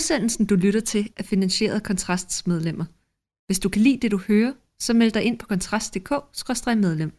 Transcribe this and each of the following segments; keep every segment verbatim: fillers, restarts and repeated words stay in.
Udsendelsen, du lytter til, er finansieret af Kontrasts medlemmer. Hvis du kan lide det, du hører, så meld dig ind på kontrast punktum d k skråstreg medlem.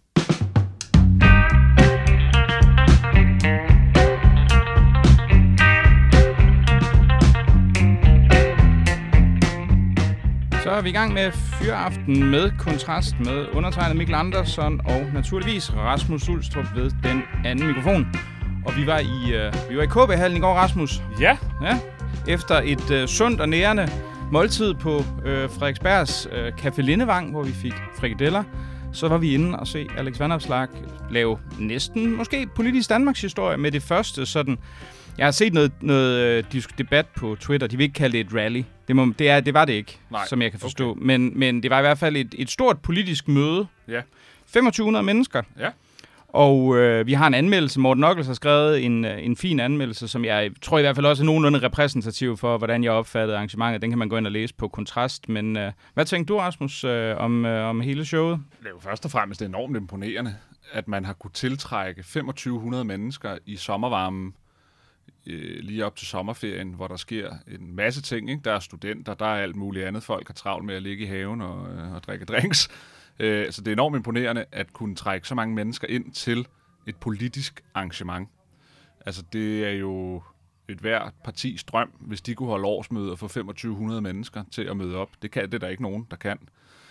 Så er vi i gang med Fyraften med Kontrast med undertegnet Mikkel Andersson og naturligvis Rasmus Ulstrup ved den anden mikrofon. Og vi var i øh, vi var i K B-hallen i går, Rasmus. Ja. Ja. Efter et øh, sundt og nærende måltid på øh, Frederiksbergs øh, Café Lindevang, hvor vi fik frikadeller, så var vi inde og se Alex Vanopslagh lave næsten måske politisk Danmarks historie med det første sådan. Jeg har set noget, noget øh, debat på Twitter. De vil ikke kalde det et rally. Det, må, det, er, det var det ikke, Nej. som jeg kan forstå. Okay. Men, men det var i hvert fald et, et stort politisk møde. Ja. femogtyve hundrede mennesker. Ja. Og øh, vi har en anmeldelse. Morten Ockels har skrevet en, en fin anmeldelse, som jeg tror i hvert fald også er nogenlunde repræsentativ for, hvordan jeg opfattede arrangementet. Den kan man gå ind og læse på Kontrast. Men øh, hvad tænker du, Rasmus, øh, om, øh, om hele showet? Det er jo først og fremmest enormt imponerende, at man har kunnet tiltrække femogtyve hundrede mennesker i sommervarmen øh, lige op til sommerferien, hvor der sker en masse ting. Ikke? Der er studenter, der er alt muligt andet. Folk har travlt med at ligge i haven og, øh, og drikke drinks. Så det er enormt imponerende at kunne trække så mange mennesker ind til et politisk arrangement. Altså det er jo et hvert partis drøm, hvis de kunne holde årsmøde og få femogtyve hundrede mennesker til at møde op. Det kan det er der ikke nogen, der kan.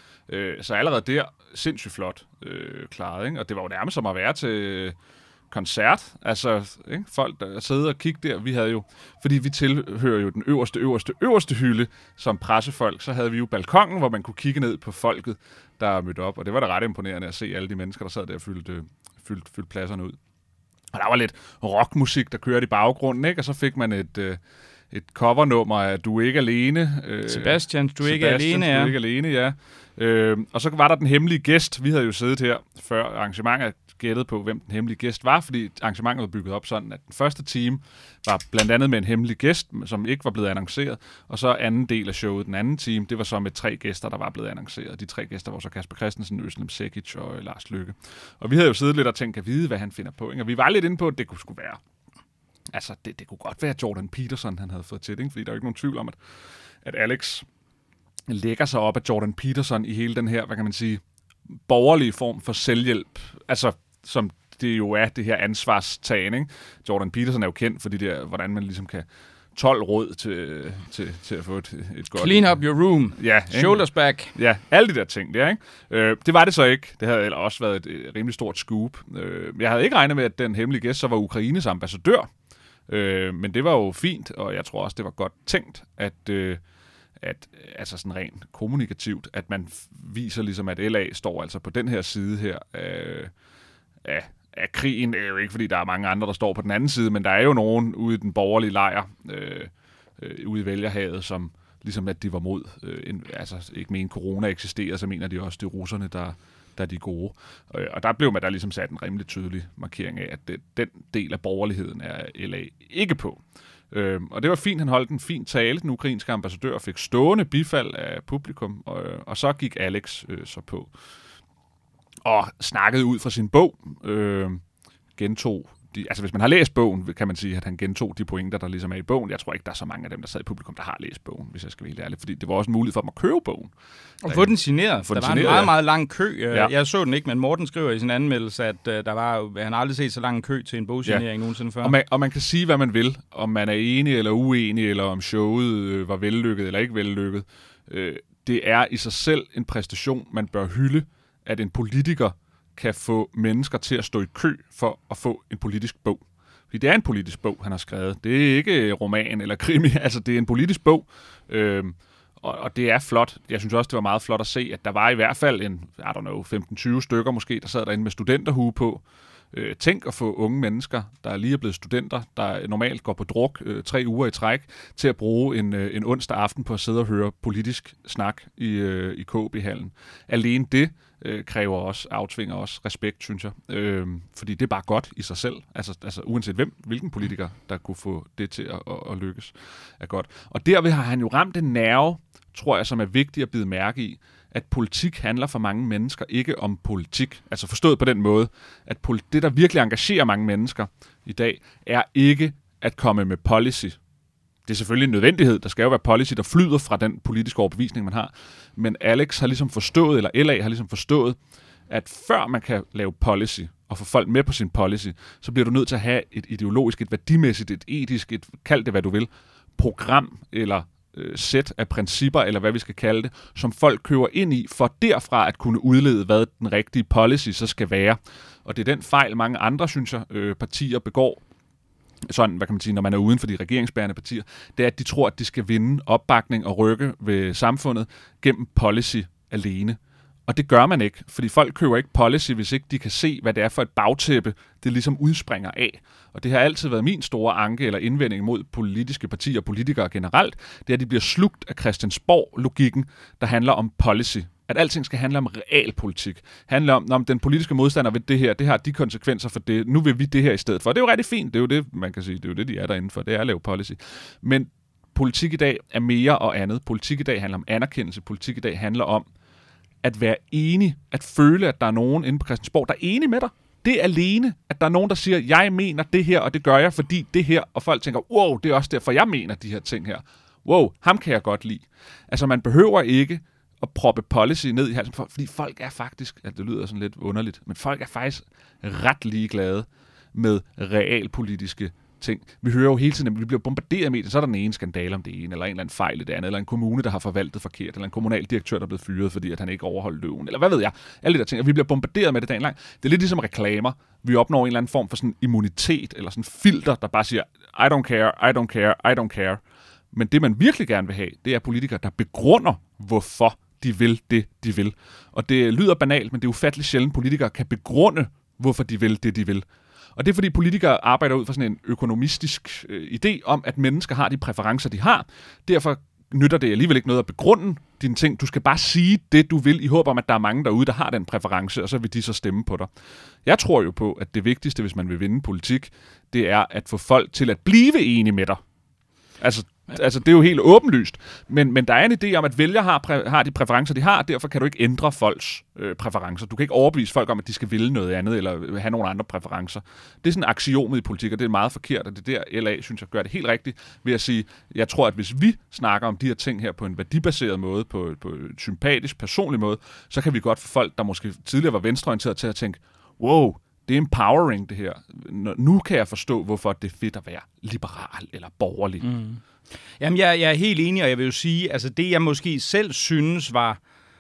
Så allerede der, sindssygt flot øh, klaret. Ikke? Og det var jo nærmest som at være til koncert. Altså ikke? Folk, der sidder og kigger der. Vi havde jo, fordi vi tilhører jo den øverste, øverste, øverste hylde som pressefolk, så havde vi jo balkongen, hvor man kunne kigge ned på folket, der mødte op. Og det var da ret imponerende at se alle de mennesker, der sad der og fyldte, fyldte, fyldte pladserne ud. Og der var lidt rockmusik, der kørte i baggrunden, ikke? Og så fik man et, øh, et covernummer af Du er ikke alene. Øh, Sebastian, du er ikke Sebastian, alene, ja. ja. Du er ikke alene, ja. Øh, og så var der den hemmelige gæst. Vi havde jo siddet her før arrangementet, gættet på, hvem den hemmelige gæst var, fordi arrangementet var bygget op sådan, at den første time var blandt andet med en hemmelig gæst, som ikke var blevet annonceret, og så anden del af showet, den anden time, det var så med tre gæster, der var blevet annonceret. De tre gæster var så Kasper Christensen, Özlem Cekic og øh, Lars Løkke. Og vi havde jo siddet lidt og tænkt, at vide, hvad han finder på, ikke? Og vi var lidt inde på, at det kunne sgu være. Altså, det, det kunne godt være Jordan Peterson, han havde fået til det, ikke? Fordi der er jo ikke nogen tvivl om, at, at Alex lægger sig op af Jordan Peterson i hele den her, hvad kan man sige, borgerlige form for selvhjælp. Altså, som det jo er, det her ansvarstagen, ikke? Jordan Peterson er jo kendt for de der, hvordan man ligesom kan tolv råd til, til, til at få et, et godt... Clean up your room. Ja. Shoulders back. Ja, alle de der ting der, ikke? Øh, det var det så ikke. Det havde også været et, et rimelig stort scoop. Øh, jeg havde ikke regnet med, at den hemmelige gæst så var Ukraines ambassadør. Øh, men det var jo fint, og jeg tror også, det var godt tænkt, at... Øh, at altså sådan rent kommunikativt, at man viser ligesom, at L A står altså på den her side her øh, af, af krigen. Det er jo ikke, fordi der er mange andre, der står på den anden side, men der er jo nogen ude i den borgerlige lejr, øh, øh, ude i vælgerhavet, som ligesom at de var mod, øh, en, altså ikke mener corona eksisterer, så mener de også, det er russerne, der, der er de gode. Øh, og der blev man der ligesom sat en rimelig tydelig markering af, at det, den del af borgerligheden er L A ikke på. Øhm, og det var fint, han holdt en fin tale, den ukrainske ambassadør, fik stående bifald af publikum, og, og så gik Alex øh, så på. Og snakkede ud fra sin bog, øh, gentog, de, altså hvis man har læst bogen, kan man sige, at han gentog de pointer, der ligesom er i bogen. Jeg tror ikke, der er så mange af dem, der sad i publikum, der har læst bogen, hvis jeg skal være helt ærlig, fordi det var også en mulighed for dem at købe bogen. Og få den signeret. Få der den var signeret, en meget, meget lang kø. Ja. Jeg så den ikke, men Morten skriver i sin anmeldelse, at uh, der var, han har aldrig set så lang kø til en bogsignering ja. nogensinde før. Og man, og man kan sige, hvad man vil, om man er enig eller uenig, eller om showet øh, var vellykket eller ikke vellykket. Øh, det er i sig selv en præstation, man bør hylde, at en politiker kan få mennesker til at stå i kø for at få en politisk bog. Fordi det er en politisk bog, han har skrevet. Det er ikke roman eller krimi, altså det er en politisk bog. Øhm, og, og det er flot. Jeg synes også, det var meget flot at se, at der var i hvert fald en, I don't know, femten tyve stykker måske, der sad derinde med studenterhue på. Øh, tænk at få unge mennesker, der lige er blevet studenter, der normalt går på druk øh, tre uger i træk, til at bruge en, øh, en onsdag aften på at sidde og høre politisk snak i, øh, i K B-hallen. Alene det øh, kræver også, aftvinger også respekt, synes jeg. Øh, fordi det er bare godt i sig selv. Altså, altså uanset hvem, hvilken politiker, der kunne få det til at, at, at lykkes, er godt. Og derved har han jo ramt en nerve, tror jeg, som er vigtigt at bide mærke i, at politik handler for mange mennesker ikke om politik. Altså forstået på den måde, at det, der virkelig engagerer mange mennesker i dag, er ikke at komme med policy. det er selvfølgelig en nødvendighed. Der skal jo være policy, der flyder fra den politiske overbevisning, man har. Men Alex har ligesom forstået, eller L A har ligesom forstået, at før man kan lave policy, og få folk med på sin policy, så bliver du nødt til at have et ideologisk, et værdimæssigt, et etisk, et, kald det hvad du vil, program eller øh, sæt af principper, eller hvad vi skal kalde det, som folk køber ind i, for derfra at kunne udlede, hvad den rigtige policy så skal være. Og det er den fejl, mange andre, synes jeg, øh, partier begår, sådan, hvad kan man sige, når man er uden for de regeringsbærende partier, det er, at de tror, at de skal vinde opbakning og rykke ved samfundet gennem policy alene. Og det gør man ikke, fordi folk køber ikke policy, hvis ikke de kan se, hvad det er for et bagtæppe, det ligesom udspringer af. Og det har altid været min store anke eller indvending mod politiske partier og politikere generelt, det er, at de bliver slugt af Christiansborg-logikken, der handler om policy. At alting skal handle om realpolitik. Handle om, om den politiske modstander ved det her, det har de konsekvenser for det. Nu vil vi det her i stedet for. Det er jo rigtig fint. Det er jo det, man kan sige. Det er jo det, de er derinde for. Det er at lave policy. Men politik i dag er mere og andet. Politik i dag handler om anerkendelse. Politik i dag handler om at være enig. At føle, at der er nogen inde på Christiansborg, der er enig med dig. Det er alene, at der er nogen, der siger, jeg mener det her, og det gør jeg, fordi det her. Og folk tænker, wow, det er også derfor, jeg mener de her ting her. Wow, ham kan jeg godt lide. Altså, man behøver ikke at proppe policy ned i halsen, fordi folk er faktisk, ja, det lyder sådan lidt underligt, men folk er faktisk ret ligeglade med realpolitiske ting. Vi hører jo hele tiden, at vi bliver bombarderet med det, så er der den ene skandale om det ene, eller en eller anden fejl i det andet, eller en kommune, der har forvaltet forkert, eller en kommunaldirektør, der er blevet fyret, fordi at han ikke overholdt løven, eller hvad ved jeg. Alle de der ting, og vi bliver bombarderet med det dagen lang. Det er lidt ligesom reklamer. Vi opnår en eller anden form for sådan immunitet, eller sådan filter, der bare siger, I don't care, I don't care, I don't care. Men det, man virkelig gerne vil have, det er politikere, der begrunder, hvorfor de vil det, de vil. Og det lyder banalt, men det er ufatteligt sjældent, politikere kan begrunde, hvorfor de vil det, de vil. Og det er, fordi politikere arbejder ud fra sådan en økonomistisk øh, idé om, at mennesker har de præferencer, de har. Derfor nytter det alligevel ikke noget at begrunde dine ting. Du skal bare sige det, du vil, i håb om, at der er mange derude, der har den præference, og så vil de så stemme på dig. Jeg tror jo på, at det vigtigste, hvis man vil vinde politik, det er at få folk til at blive enige med dig. Altså, altså det er jo helt åbenlyst, men, men der er en idé om, at vælgere har, præ- har de præferencer, de har, derfor kan du ikke ændre folks øh, præferencer. Du kan ikke overbevise folk om, at de skal vælge noget andet, eller have nogle andre præferencer. Det er sådan aksiomet i politik, og det er meget forkert, og det der L A, synes jeg, gør det helt rigtigt, ved at sige, jeg tror, at hvis vi snakker om de her ting her på en værdibaseret måde, på, på en sympatisk, personlig måde, så kan vi godt få folk, der måske tidligere var venstreorienteret, til at tænke, wow, det er empowering, det her. Nu kan jeg forstå, hvorfor det er fedt at være liberal eller borgerlig. Mm. Jamen, jeg, jeg er helt enig, og jeg vil jo sige, altså det, jeg måske selv synes var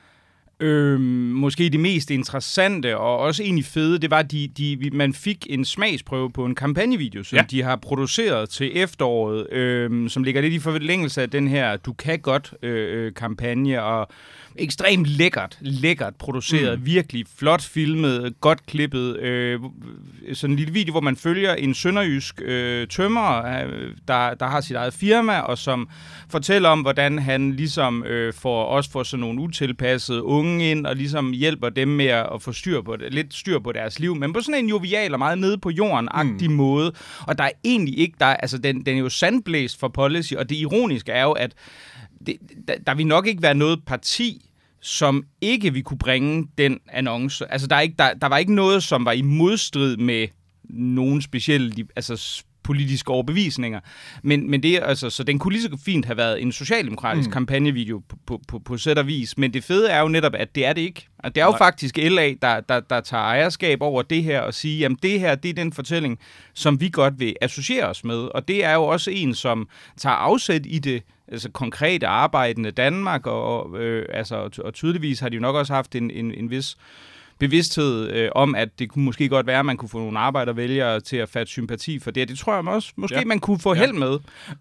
øh, måske det mest interessante, og også egentlig fede, det var, at de, de, man fik en smagsprøve på en kampagnevideo, som ja. de har produceret til efteråret, øh, som ligger lidt i forlængelse af den her Du kan godt øh, kampagne, og ekstremt lækkert, lækkert produceret, mm. virkelig flot filmet, godt klippet. Øh, sådan en lille video, hvor man følger en sønderjysk øh, tømrer, øh, der, der har sit eget firma, og som fortæller om, hvordan han ligesom øh, får, også får sådan nogle utilpassede unge ind, og ligesom hjælper dem med at få styr på det, lidt styr på deres liv, men på sådan en jovial og meget nede på jorden-agtig mm. måde. Og der er egentlig ikke, der, altså den, den er jo sandblæst for policy, og det ironiske er jo, at Det, der, der vil nok ikke være noget parti, som ikke vi kunne bringe den annonce. Altså, der, er ikke, der, der var ikke noget, som var i modstrid med nogen specielle altså, politiske overbevisninger. Men, men det, altså, så den kunne lige så fint have været en socialdemokratisk mm. kampagnevideo på, på, på, på sæt og vis. Men det fede er jo netop, at det er det ikke. Og det er jo Nej. faktisk L A, der, der, der tager ejerskab over det her og siger, jamen det her, det er den fortælling, som vi godt vil associere os med. Og det er jo også en, som tager afsæt i det altså konkrete arbejdende Danmark, og, øh, altså, og tydeligvis har de jo nok også haft en, en, en vis bevidsthed øh, om, at det kunne måske godt være, at man kunne få nogle arbejdervælgere til at fatte sympati for det. Det tror jeg også, måske ja. man kunne få held med.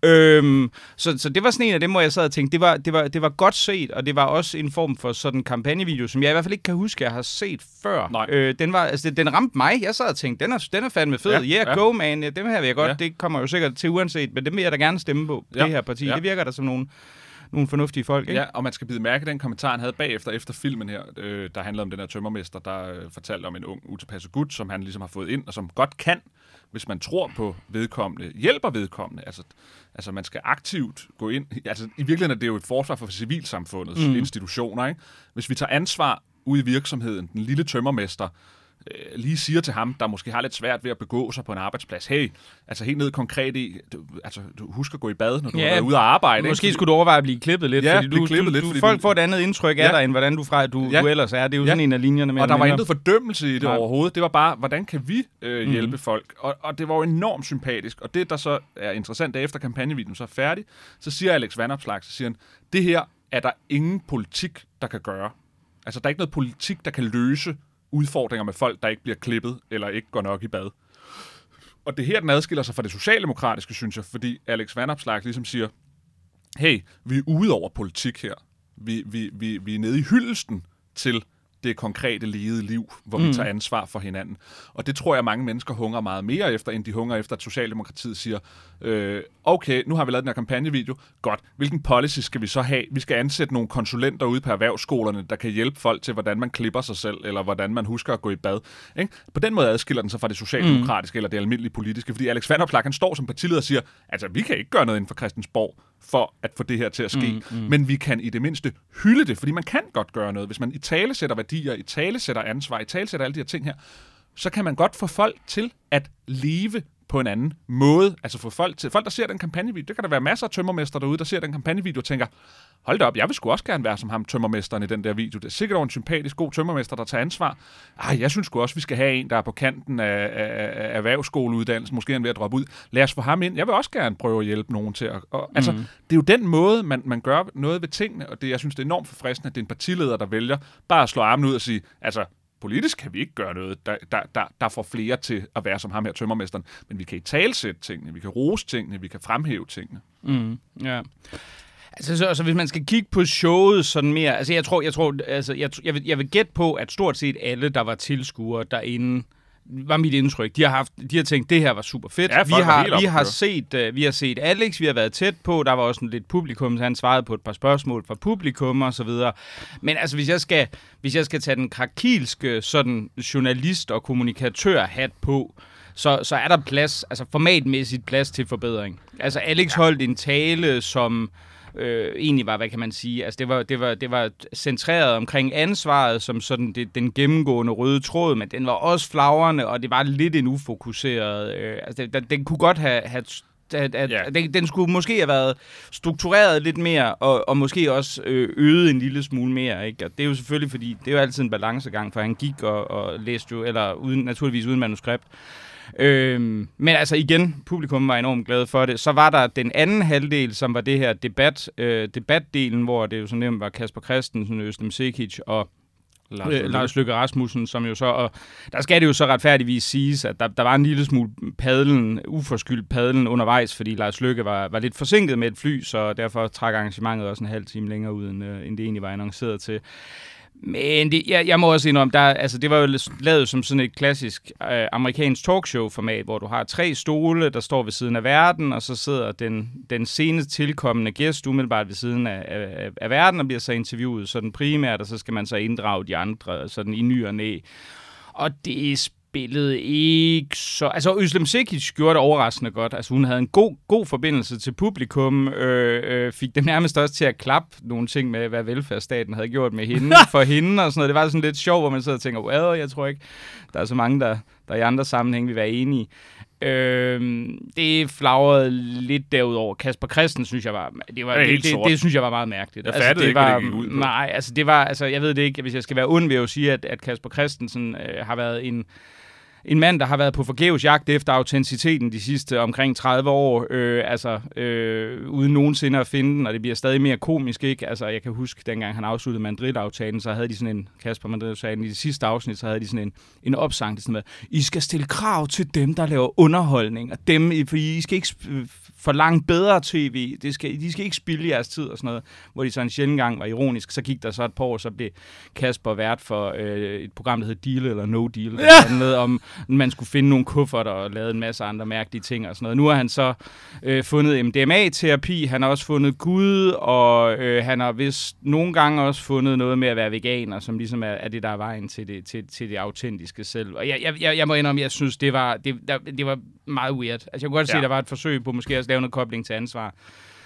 Øhm, så, så det var sådan en af dem, hvor jeg sad og tænkte, det var, det, var, det var godt set, og det var også en form for sådan en kampagnevideo, som jeg i hvert fald ikke kan huske, jeg har set før. Øh, den, var, altså, den ramte mig. Jeg sad og tænkte, den er, den er fandme fed. Ja, yeah, ja. go man. Ja, dem her vil jeg godt. Ja. Det kommer jo sikkert til uanset, men dem vil jeg da gerne stemme på, ja. det her parti. Ja. Det virker der som nogle nogle fornuftige folk, ikke? Ja, og man skal bide mærke den kommentar, han havde bagefter, efter filmen her, øh, der handlede om den her tømmermester, der øh, fortalte om en ung, utilpasset gut, som han ligesom har fået ind, og som godt kan, hvis man tror på vedkommende, hjælper vedkommende. Altså, altså man skal aktivt gå ind. Altså, i virkeligheden er det jo et forsvar for civilsamfundets mm. institutioner, ikke? Hvis vi tager ansvar ude i virksomheden, den lille tømmermester, øh, lige siger til ham, der måske har lidt svært ved at begå sig på en arbejdsplads, hey, altså helt ned konkret i, du, altså du husk at gå i bad, når du ja, er ude at arbejde. Måske ikke? skulle du overveje at blive klippet lidt, ja, fordi du, klippet du, lidt, du, fordi folk du, får et andet indtryk af ja. dig, end hvordan du, fra, du, ja. du ellers er. Det er jo ja. sådan en af linjerne med. Og der var intet fordømmelse i det Nej. overhovedet. Det var bare, hvordan kan vi øh, hjælpe mm. folk? Og, og det var jo enormt sympatisk. Og det, der så er interessant, da efter kampagnevideoen så er færdig, så siger Alex Vanopslagh, så siger han, det her er der ingen politik, der kan gøre. Altså, der er ikke noget politik, der kan løse udfordringer med folk, der ikke bliver klippet, eller ikke går nok i bad. Og det her, den adskiller sig fra det socialdemokratiske, synes jeg, fordi Alex Vanopslagh ligesom siger, hey, vi er ude over politik her. Vi, vi, vi, vi er nede i hyldesten til det konkrete levede liv, hvor mm. vi tager ansvar for hinanden. Og det tror jeg, mange mennesker hungrer meget mere efter, end de hungrer efter, at Socialdemokratiet siger, øh, okay, nu har vi lavet den her kampagnevideo, godt, hvilken policy skal vi så have? Vi skal ansætte nogle konsulenter ude på erhvervsskolerne, der kan hjælpe folk til, hvordan man klipper sig selv, eller hvordan man husker at gå i bad. Ikke? På den måde adskiller den sig fra det socialdemokratiske, mm. eller det almindelige politiske, fordi Alex Vanopslagh, han står som partileder og siger, altså, vi kan ikke gøre noget inden for Christiansborg, for at få det her til at ske. Mm, mm. Men vi kan i det mindste hylde det, fordi man kan godt gøre noget. Hvis man i tale sætter værdier, i tale sætter ansvar, i tale sætter alle de her ting her, så kan man godt få folk til at leve på en anden måde. Altså få folk til, folk der ser den kampagnevideo, det kan der være masser af tømmermester derude, der ser den kampagnevideo og tænker, hold da op, jeg vil sgu også gerne være som ham, tømmermesteren i den der video. Det er sikkert en sympatisk god tømmermester, der tager ansvar. Ej, jeg synes sgu også, vi skal have en, der er på kanten af, af, af erhvervsskoleuddannelsen, måske en ved at droppe ud. Lad os få ham ind. Jeg vil også gerne prøve at hjælpe nogen til at... Og, altså, mm. det er jo den måde, man, man gør noget ved tingene, og det, jeg synes, det er enormt forfriskende, at det er en partileder, der vælger bare at slå armen ud og sige, altså, politisk kan vi ikke gøre noget, der, der, der, der får flere til at være som ham her, tømmermesteren, men vi kan i talsætte tingene, vi kan rose tingene, vi kan fremhæve tingene. Mm. Ja. Altså, så, altså, hvis man skal kigge på showet sådan mere, altså jeg tror, jeg tror, altså jeg, jeg, vil, jeg vil gætte på, at stort set alle, der var tilskuere derinde, var mit indtryk. De har haft, de har tænkt, det her var super fedt. Ja, vi har, vi har set, uh, vi har set Alex, vi har været tæt på. Der var også lidt publikum, så han svarede på et par spørgsmål fra publikum og så videre. Men altså, hvis jeg skal, hvis jeg skal tage den krakilske sådan journalist og kommunikatør hat på, så, så er der plads, altså formatmæssigt plads til forbedring. Altså Alex ja. holdt en tale, som Øh, egentlig var, hvad kan man sige, altså det var, det var, det var centreret omkring ansvaret som sådan det, den gennemgående røde tråd, men den var også flagrende, og det var lidt en ufokuseret, øh, altså den, den kunne godt have, have at, at, yeah. den, den skulle måske have været struktureret lidt mere, og, og måske også øh, øget en lille smule mere, ikke? Og det er jo selvfølgelig, fordi det er jo altid en balancegang, for han gik og, og læste jo, eller uden, naturligvis uden manuskript. Øhm, men altså igen, publikum var enormt glade for det. Så var der den anden halvdel, som var det her debat, øh, debatdelen, hvor det jo så nemt var Kasper Christensen, Özlem Cekic og Lars, øh, Lars Løkke Rasmussen, som jo så, og der skal det jo så retfærdigvis siges, at der, der var en lille smule padlen, uforskyldt padlen undervejs, fordi Lars Løkke var, var lidt forsinket med et fly, så derfor trak arrangementet også en halv time længere ud, end, øh, end det egentlig var annonceret til. Men det, jeg, jeg må også indrømme, der, altså det var jo lavet som sådan et klassisk øh, amerikansk talkshow-format, hvor du har tre stole, der står ved siden af verden, og så sidder den, den senest tilkommende gæst umiddelbart ved siden af, af, af verden og bliver så interviewet sådan primært, og så skal man så inddrage de andre sådan i ny og næ. Og det spillede ikke så... Altså, Özlem Cekic gjorde det overraskende godt. Altså, hun havde en god, god forbindelse til publikum, øh, øh, fik dem nærmest også til at klappe nogle ting med, hvad velfærdsstaten havde gjort med hende, for hende og sådan noget. Det var sådan lidt sjovt, hvor man sidder og tænker, wow, jeg tror ikke, der er så mange, der, der i andre sammenhæng vil være enige. Øh, det flagrede lidt derudover. Kasper Christen, synes jeg var... Det, var, det, det, det, det synes jeg var meget mærkeligt. Jeg altså, fattede det ikke, var, hvad det gik ud på. Nej, altså det var... Altså, jeg ved det ikke. Hvis jeg skal være ond, vil jeg jo sige, at, at Kasper Christensen øh, har været en... En mand, der har været på forgæves jagt efter autenticiteten de sidste omkring tredive år, øh, altså øh, uden nogensinde at finde den, og det bliver stadig mere komisk, ikke? Altså, jeg kan huske, dengang han afsluttede Madrid-aftalen, så havde de sådan en, Kasper Madrid-aftalen, i det sidste afsnit, så havde de sådan en, en opsang, det sådan med, I skal stille krav til dem, der laver underholdning, og dem, for I skal ikke forlange bedre tv, det skal, de skal ikke spilde jeres tid, og sådan noget, hvor de så en sjældent gang var ironisk, så gik der så et par år, så blev Kasper vært for øh, et program, der hed Deal eller No Deal, der ja. handlede om, man skulle finde nogle kufferter og lave en masse andre mærkelige ting og sådan noget. Nu har han så øh, fundet M D M A-terapi, han har også fundet Gud, og øh, han har vist nogle gange også fundet noget med at være veganer, som ligesom er, er det, der er vejen til det, til, til det autentiske selv. Og jeg, jeg, jeg må indrømme, jeg synes, det var, det, der, det var meget weird. Altså jeg kunne godt ja. se, at der var et forsøg på måske at lave noget kobling til ansvar.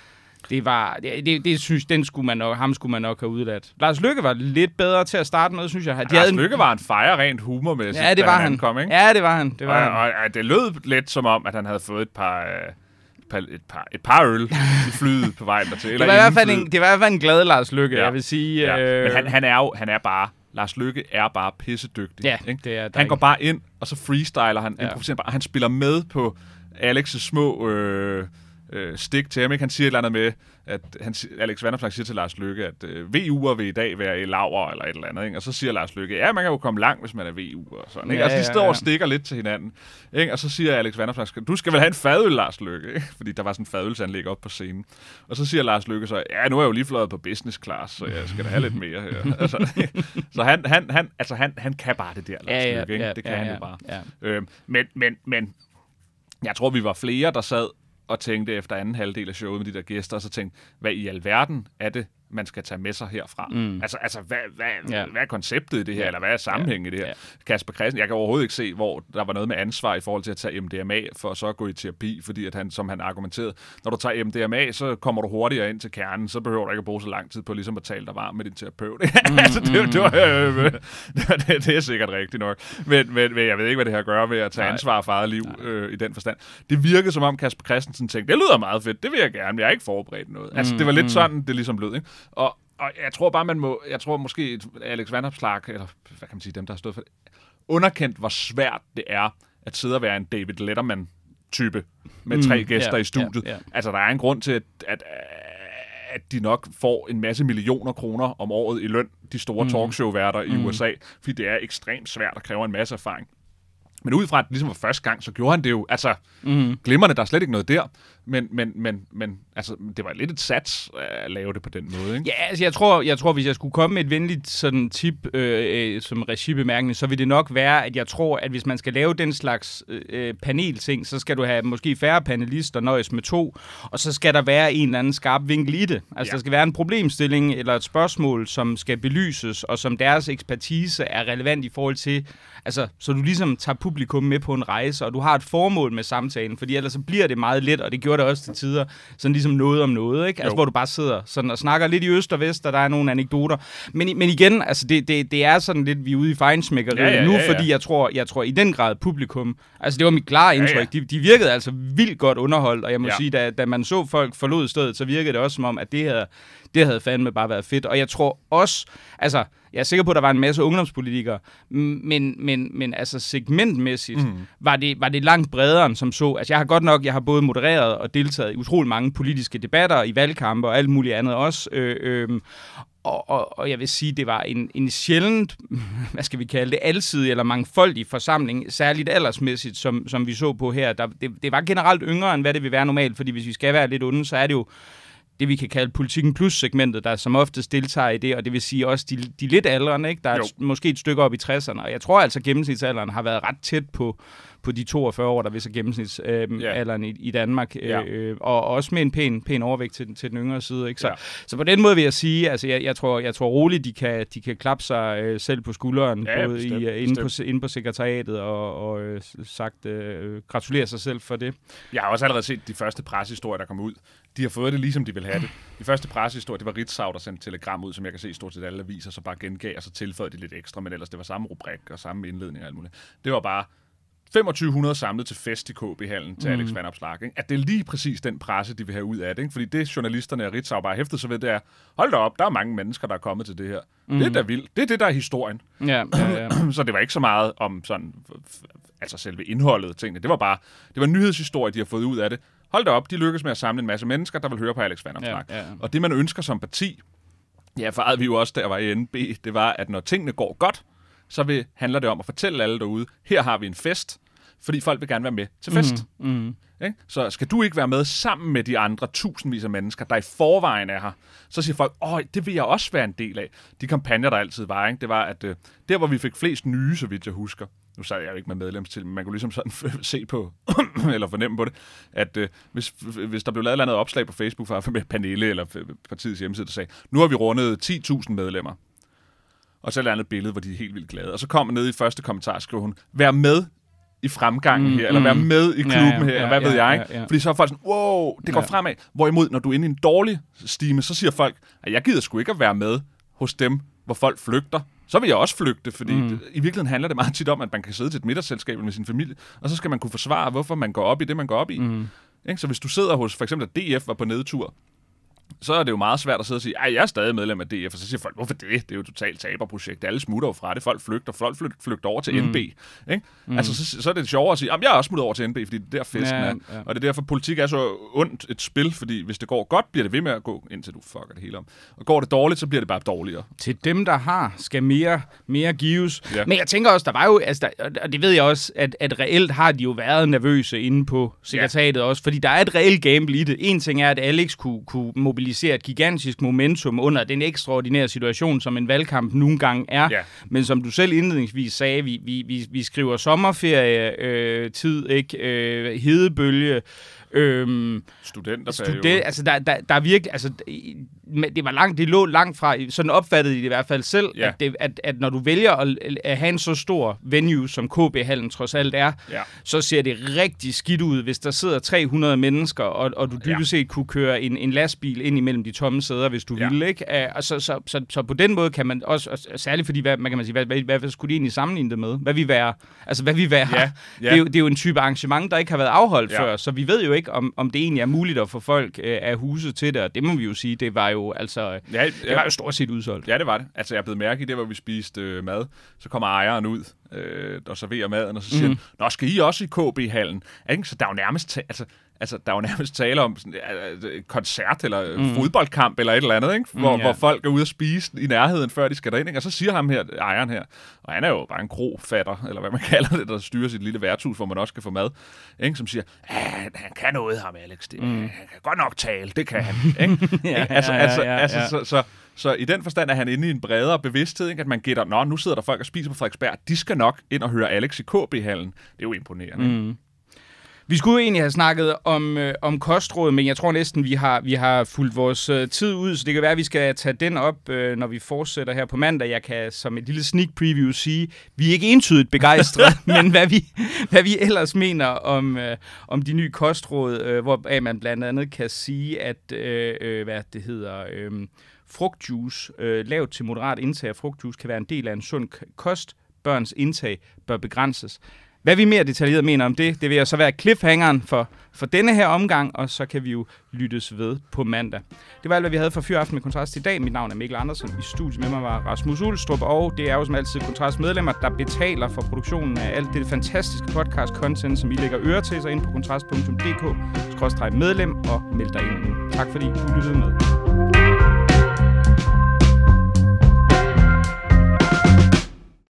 Det var, det, det, det synes, den skulle man nok, ham skulle man nok have udladt. Lars Løkke var lidt bedre til at starte med, synes jeg. De Lars havde Løkke en... var en fejre rent humormæssigt, ja, det var han. han kom, ikke? Ja, det var han. Det, var og, han. Og, og det lød lidt som om, at han havde fået et par... Øh, Et par, et par øl i flyet på vejen dertil. Eller det, var i hvert fald en, det var i hvert fald en glad Lars Løkke, ja. jeg vil sige. Ja. Øh... Men han, han er jo han er bare, Lars Løkke er bare pissedygtig. Ja, ikke? Det er han går bare ind, og så freestyler han, ja. improviserer bare. Han spiller med på Alex' små øh, øh, stik til ham. Ikke? Han siger et eller andet med, at han, Alex Vanopslagh siger til Lars Løkke, at øh, V U'er vil i dag være i laver eller et eller andet. Ikke? Og så siger Lars Løkke, ja, man kan jo komme langt, hvis man er V U'er. Og sådan, ikke? Ja, altså, de står ja, ja. og stikker lidt til hinanden. Ikke? Og så siger Alex Vanopslagh, du skal vel have en fadøl, Lars Løkke? Ikke? Fordi der var sådan en fadølsanlæg op på scenen. Og så siger Lars Løkke så, ja, nu er jeg jo lige fløjet på business class, så jeg skal da have lidt mere her. altså, så han, han, han, altså, han, han kan bare det der, Lars ja, ja, Løkke. Ikke? Ja, det kan ja, han ja, jo bare. Ja. Øh, men, men, men jeg tror, vi var flere, der sad og tænkte efter anden halvdel af showet med de der gæster, og så tænkte, hvad i alverden er det, man skal tage med sig herfra? Mm. Altså, altså hvad, hvad, ja. hvad er konceptet i det her, ja. eller hvad er sammenhængen ja. i det her? Ja. Kasper Christensen, jeg kan overhovedet ikke se, hvor der var noget med ansvar i forhold til at tage M D M A, for så at gå i terapi, fordi at han, som han argumenterede, når du tager M D M A, så kommer du hurtigere ind til kernen, så behøver du ikke at bruge så lang tid på ligesom at tale dig varm med din terapeut. Mm, altså, det, det, var, øh, det, det er sikkert rigtigt nok. Men, men, men jeg ved ikke, hvad det her gør ved at tage Nej. ansvar for eget liv øh, i den forstand. Det virkede som om Kasper Christensen tænkte, det lyder meget fedt, det vil jeg gerne, men jeg har ikke forberedt noget. Mm, altså, det var lidt mm. sådan, det ligesom lød, ikke? Og, og jeg tror bare, man må, jeg tror måske Alex Vanopslagh, eller hvad kan man sige, dem, der har stået for det, underkendt, hvor svært det er at sidde og være en David Letterman-type med tre mm, gæster yeah, i studiet. Yeah, yeah. Altså, der er en grund til, at, at, at de nok får en masse millioner kroner om året i løn, de store mm. talkshow-værter i mm. U S A, fordi det er ekstremt svært at kræve en masse erfaring. Men ud fra, at det ligesom var første gang, så gjorde han det jo, altså, mm. glimrende, der er slet ikke noget der, men, men, men, men altså, det var lidt et sats at lave det på den måde, ikke? Ja, altså, jeg tror, jeg tror hvis jeg skulle komme med et venligt sådan tip øh, som regibemærkning, så vil det nok være, at jeg tror, at hvis man skal lave den slags øh, panelting, så skal du have måske færre panelister, nøjes med to, og så skal der være en eller anden skarp vinkel i det. Altså, ja. der skal være en problemstilling eller et spørgsmål, som skal belyses, og som deres ekspertise er relevant i forhold til, altså, så du ligesom tager publikum med på en rejse, og du har et formål med samtalen, fordi ellers så bliver det meget let, og det gjorde det også til tider, sådan ligesom noget om noget, ikke? Altså, jo. Hvor du bare sidder sådan og snakker lidt i øst og vest, og der er nogle anekdoter. Men, men igen, altså, det, det, det er sådan lidt, vi er ude i fejnsmækkeriet ja, ja, nu, ja, ja. fordi jeg tror, jeg tror i den grad publikum, altså det var mit klare indtryk, ja, ja. De, de virkede altså vildt godt underholdt, og jeg må ja. sige, da, da man så folk forlod stedet, så virkede det også som om, at det havde, det havde fandme bare været fedt, og jeg tror også, altså, jeg er sikker på, at der var en masse ungdomspolitikere, men, men, men altså segmentmæssigt mm. var, det, var det langt bredere end som så. Altså jeg har godt nok, jeg har både modereret og deltaget i utrolig mange politiske debatter, i valgkampe og alt muligt andet også. Øh, øh, og, og, og jeg vil sige, det var en, en sjældent, hvad skal vi kalde det, alsidig eller mangfoldig forsamling, særligt aldersmæssigt, som, som vi så på her. Der, det, det var generelt yngre, end hvad det vil være normalt, fordi hvis vi skal være lidt onde, så er det jo det, vi kan kalde politikken plus-segmentet, der som oftest deltager i det, og det vil sige også de, de lidt aldrende, ikke? Der er et, måske et stykke op i tresserne, og jeg tror altså, at gennemsnitsalderen har været ret tæt på, på de toogfyrre år, der vil så gennemsnitsalderen øh, yeah. i, i Danmark, yeah. øh, og også med en pæn, pæn overvægt til, til den yngre side. Ikke? Så, yeah. så på den måde vil jeg sige, altså jeg, jeg, tror, jeg tror roligt, de kan, de kan klappe sig øh, selv på skulderen, ja, både bestemt, i, uh, inde, på, inde på sekretariatet, og, og øh, sagt øh, gratulere sig selv for det. Jeg har også allerede set de første pressehistorier, der kom ud. De har fået det, ligesom de vil have det. De første pressehistorier, det var Ritzau, der sendte telegram ud, som jeg kan se i stort set alle aviser, så bare gengav, og så tilføjede de lidt ekstra, men ellers det var samme rubrik og samme indledning og alt muligt. Det var bare femogtyve hundrede samlet til fest i K B-hallen til mm. Alex Vanopslagh. Ikke? At det er lige præcis den presse, de vil have ud af det. Ikke? Fordi det, journalisterne og Ritzau bare hæftede sig ved, det er, hold da op, der er mange mennesker, der er kommet til det her. Mm. Det er da vildt. Det er det, der er historien. Ja, ja, ja. Så det var ikke så meget om sådan, altså selve indholdet af tingene. Det var bare, det var en nyhedshistorie, de har fået ud af det. Hold da op, de lykkes med at samle en masse mennesker, der vil høre på Alex Vanopslagh. Ja, ja. Og det, man ønsker som parti, ja, for vi jo også, der var i N B, det var, at når tingene går godt, så vil, handler det om at fortælle alle derude, her har vi en fest, fordi folk vil gerne være med til fest. Mm, mm. Ikke? Så skal du ikke være med sammen med de andre tusindvis af mennesker, der i forvejen er her, så siger folk, åh, det vil jeg også være en del af. De kampagner, der altid var, ikke? Det var, at øh, der, hvor vi fik flest nye, så vidt jeg husker, nu sad jeg jo ikke med medlemstil, men man kunne ligesom sådan se på, eller fornemme på det, at øh, hvis, hvis der blev lavet et eller andet opslag på Facebook fra med Pernille eller partiets hjemmeside, der sagde, nu har vi rundet ti tusind medlemmer. Og så er der et andet billede, hvor de er helt vildt glade. Og så kom ned i første kommentar, skrev hun, vær med i fremgangen mm, her, eller mm. være med i klubben ja, ja, her, eller hvad ja, ved ja, jeg. ja, ja. Fordi så er folk sådan, wow, det går ja. fremad. Hvorimod, når du er inde i en dårlig stime, så siger folk, at jeg gider sgu ikke at være med hos dem, hvor folk flygter. Så vil jeg også flygte, fordi mm. det, i virkeligheden handler det meget tit om, at man kan sidde til et middagsselskab med sin familie, og så skal man kunne forsvare, hvorfor man går op i det, man går op i. Mm. Ikke? Så hvis du sidder hos, for eksempel, at D F var på nedtur, så er det jo meget svært at sidde og sige, at jeg er stadig medlem af D F, og så siger folk, hvorfor det? Det er jo et totalt taberprojekt. Alle smutter jo fra det. Folk flygter. Folk flygter, flygter over til mm. N B. Ikke? Mm. Altså, så, så er det sjovere at sige, at jeg er også smuttet over til N B, fordi det er der festen ja, er. ja. Og det er derfor, politik er så ondt et spil, fordi hvis det går godt, bliver det ved med at gå, indtil du fucker det hele om. Og går det dårligt, så bliver det bare dårligere. Til dem, der har, skal mere, mere gives. Ja. Men jeg tænker også, der var jo, altså, der, og det ved jeg også, at, at reelt har de jo været nervøse inde på sekretariatet ja. også, fordi der er et reelt gamble i det. En ting er, at Alex kunne, kunne mobilisere et gigantisk momentum under den ekstraordinære situation, som en valgkamp nogle gange er. Ja. Men som du selv indledningsvis sagde, vi, vi, vi, vi skriver sommerferie, øh, tid, ikke? Øh, hedebølge, Øhm, Studenterperiode. Student, altså der, der, der er virkelig, altså det var langt, det lå langt fra, sådan opfattede de det i hvert fald selv, ja. at, det, at, at når du vælger at, at have en så stor venue, som K B-hallen trods alt er, ja. så ser det rigtig skidt ud, hvis der sidder tre hundrede mennesker, og, og du dybest set kunne køre en, en lastbil ind imellem de tomme sæder, hvis du ja. ville, ikke? Og så, så, så, så på den måde kan man også, særligt fordi, hvad, man kan man sige, hvad, hvad, hvad, hvad skulle de egentlig sammenligne det med? Hvad vi være? Altså, hvad vi være? Ja. Ja. Det, er jo, det er jo en type arrangement, der ikke har været afholdt ja. før, så vi ved jo ikke, om, om det egentlig er muligt at få folk øh, af huset til det, og det må vi jo sige, det var jo altså, ja, ja. det var jo stort set udsolgt. Ja, det var det. Altså, jeg er blevet mærke i det, hvor vi spiste øh, mad, så kommer ejeren ud øh, og serverer maden, og så siger mm. nå, skal I også i K B-hallen? Så der er jo nærmest, altså, altså, der er jo nærmest tale om sådan, uh, koncert eller mm. fodboldkamp eller et eller andet, ikke? Hvor, mm, ja. hvor folk er ude at spise i nærheden, før de skal derind, ikke? Og så siger ham her, ejeren her, og han er jo bare en krofatter, eller hvad man kalder det, der styrer sit lille værtshus, hvor man også kan få mad, ikke? Som siger, han, han kan noget, ham Alex, det, mm. han kan godt nok tale, det kan han, ikke? ja, altså, ja, ja, altså, ja, altså, ja. Så, så, så i den forstand er han inde i en bredere bevidsthed, ikke? At man gætter, nå, nu sidder der folk og spiser på Frederiksberg, de skal nok ind og høre Alex i K B-hallen. Det er jo imponerende. Mm. Vi skulle jo egentlig have snakket om, øh, om kostråd, men jeg tror næsten, vi har, vi har fulgt vores øh, tid ud, så det kan være, at vi skal tage den op, øh, når vi fortsætter her på mandag. Jeg kan som et lille sneak preview sige, vi er ikke entydigt begejstrede, men hvad vi, hvad vi ellers mener om, øh, om de nye kostråd, øh, hvor man blandt andet kan sige, at øh, øh, hvad det hedder, øh, frugtjuice, øh, lavet til moderat indtag af frugtjuice, kan være en del af en sund kost. Børns indtag bør begrænses. Hvad vi mere detaljeret mener om det, det vil jo så være cliffhangeren for, for denne her omgang, og så kan vi jo lyttes ved på mandag. Det var alt, hvad vi havde for Fyraften med Kontrast i dag. Mit navn er Mikkel Andersen. I studiet med mig var Rasmus Ulstrup, og det er jo som altid Kontrast medlemmer, der betaler for produktionen af alt det fantastiske podcast-content, som I lægger øre til sig ind på kontrast punktum d k skråstreg medlem og meld dig ind nu. Tak fordi du lyttede med.